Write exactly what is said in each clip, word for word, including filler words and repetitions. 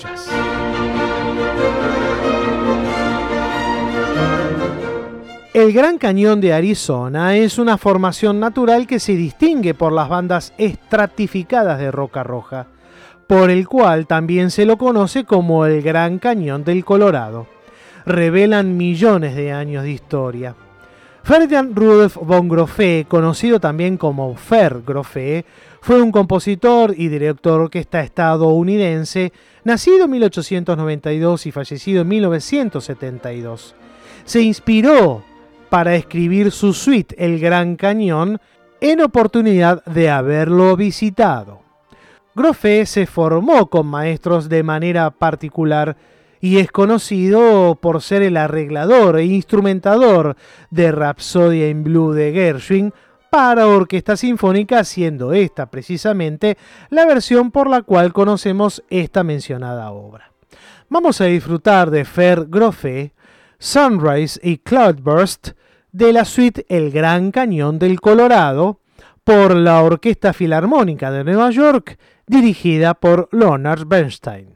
El Gran Cañón de Arizona es una formación natural que se distingue por las bandas estratificadas de roca roja, por el cual también se lo conoce como el Gran Cañón del Colorado. Revelan millones de años de historia. Ferdinand Rudolf von Grofé, conocido también como Fer Grofé, fue un compositor y director de orquesta estadounidense, nacido en mil ochocientos noventa y dos y fallecido en mil novecientos setenta y dos. Se inspiró para escribir su suite El Gran Cañón en oportunidad de haberlo visitado. Grofé se formó con maestros de manera particular y es conocido por ser el arreglador e instrumentador de Rhapsody in Blue de Gershwin para orquesta sinfónica, siendo esta precisamente la versión por la cual conocemos esta mencionada obra. Vamos a disfrutar de Fer Grofé, Sunrise y Cloudburst, de la suite El Gran Cañón del Colorado, por la Orquesta Filarmónica de Nueva York, dirigida por Leonard Bernstein.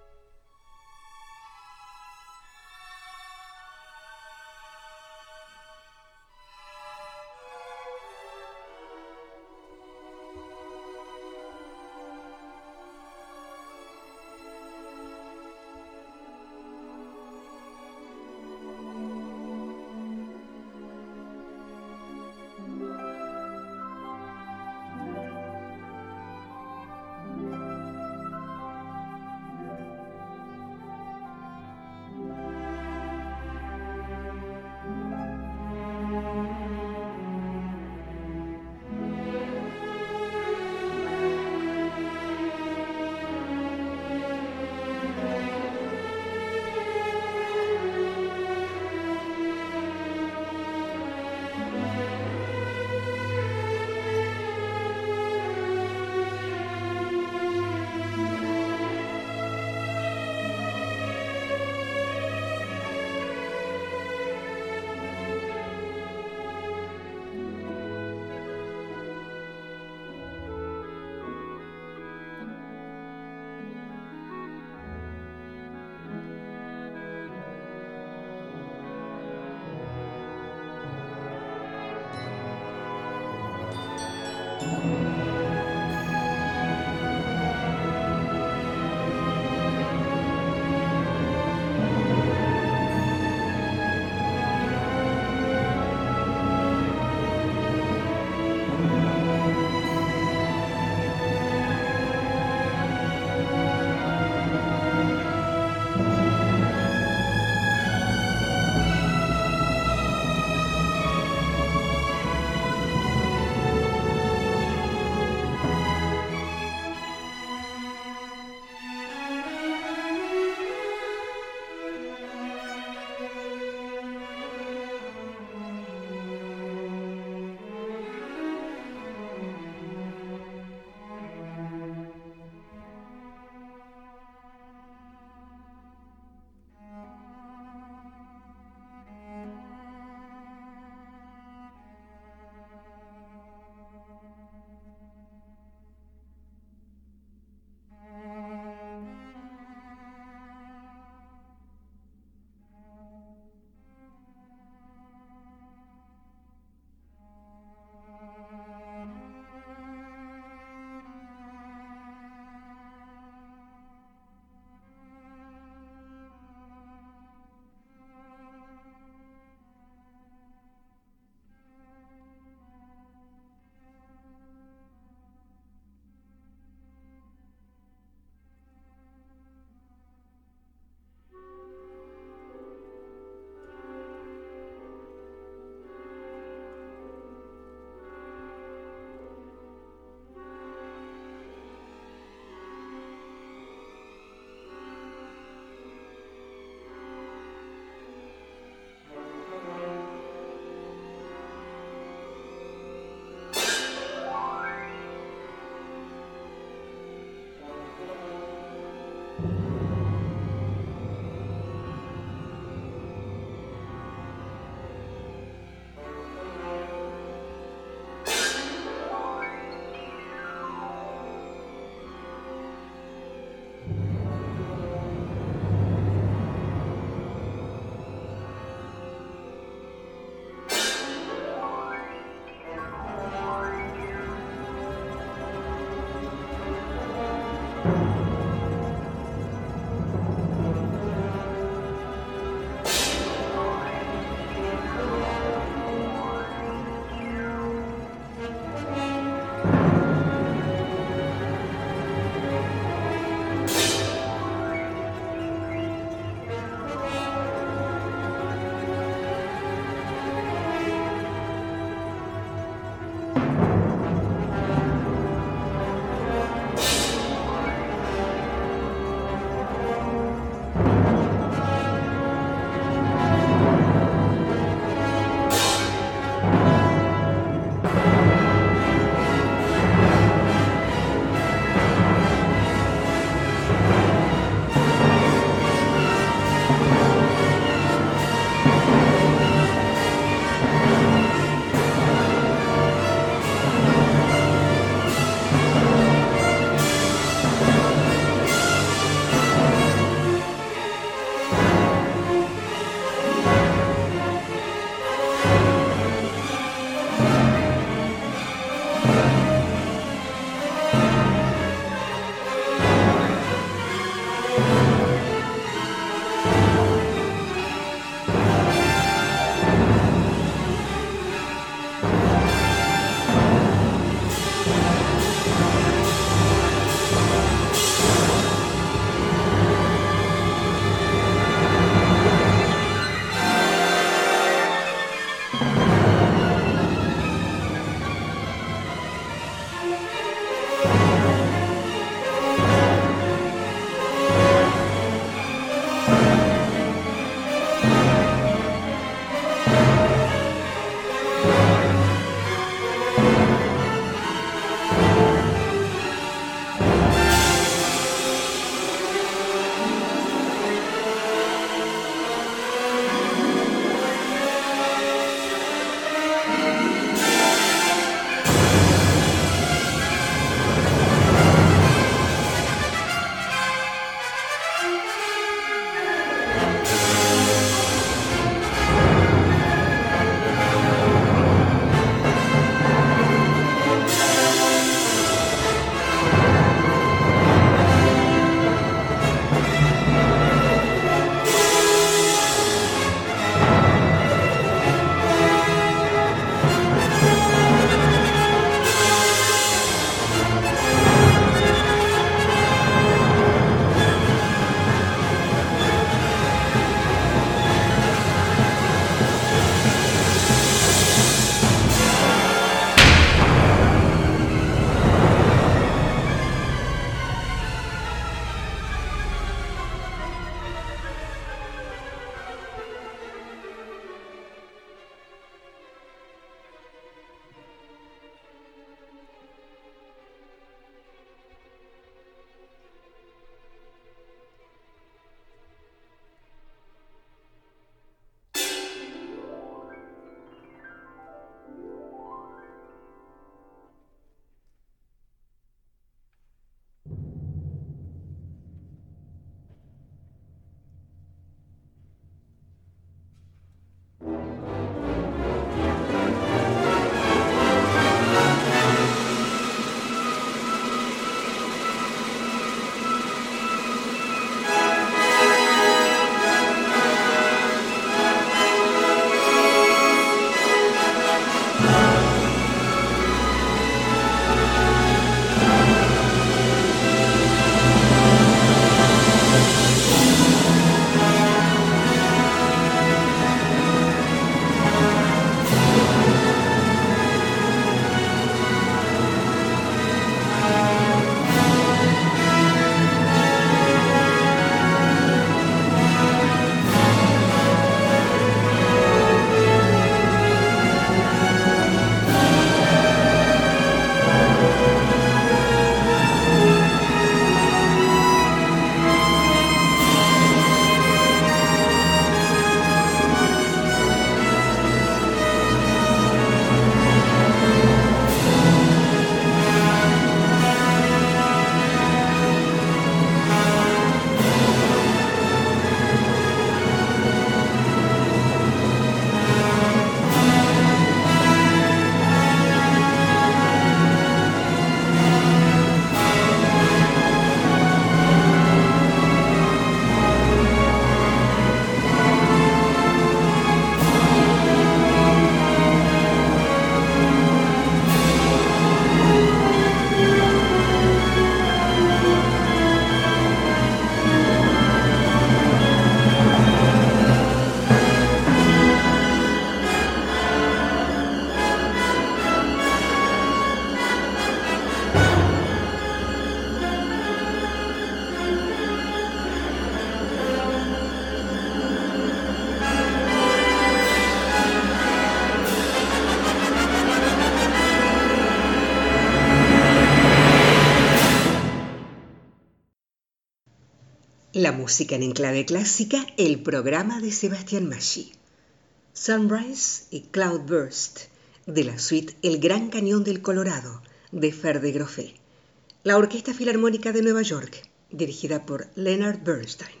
La música en Enclave Clásica, el programa de Sebastián Maggi. Sunrise y Cloudburst, de la suite El Gran Cañón del Colorado, de Ferde Groffé. La Orquesta Filarmónica de Nueva York, dirigida por Leonard Bernstein.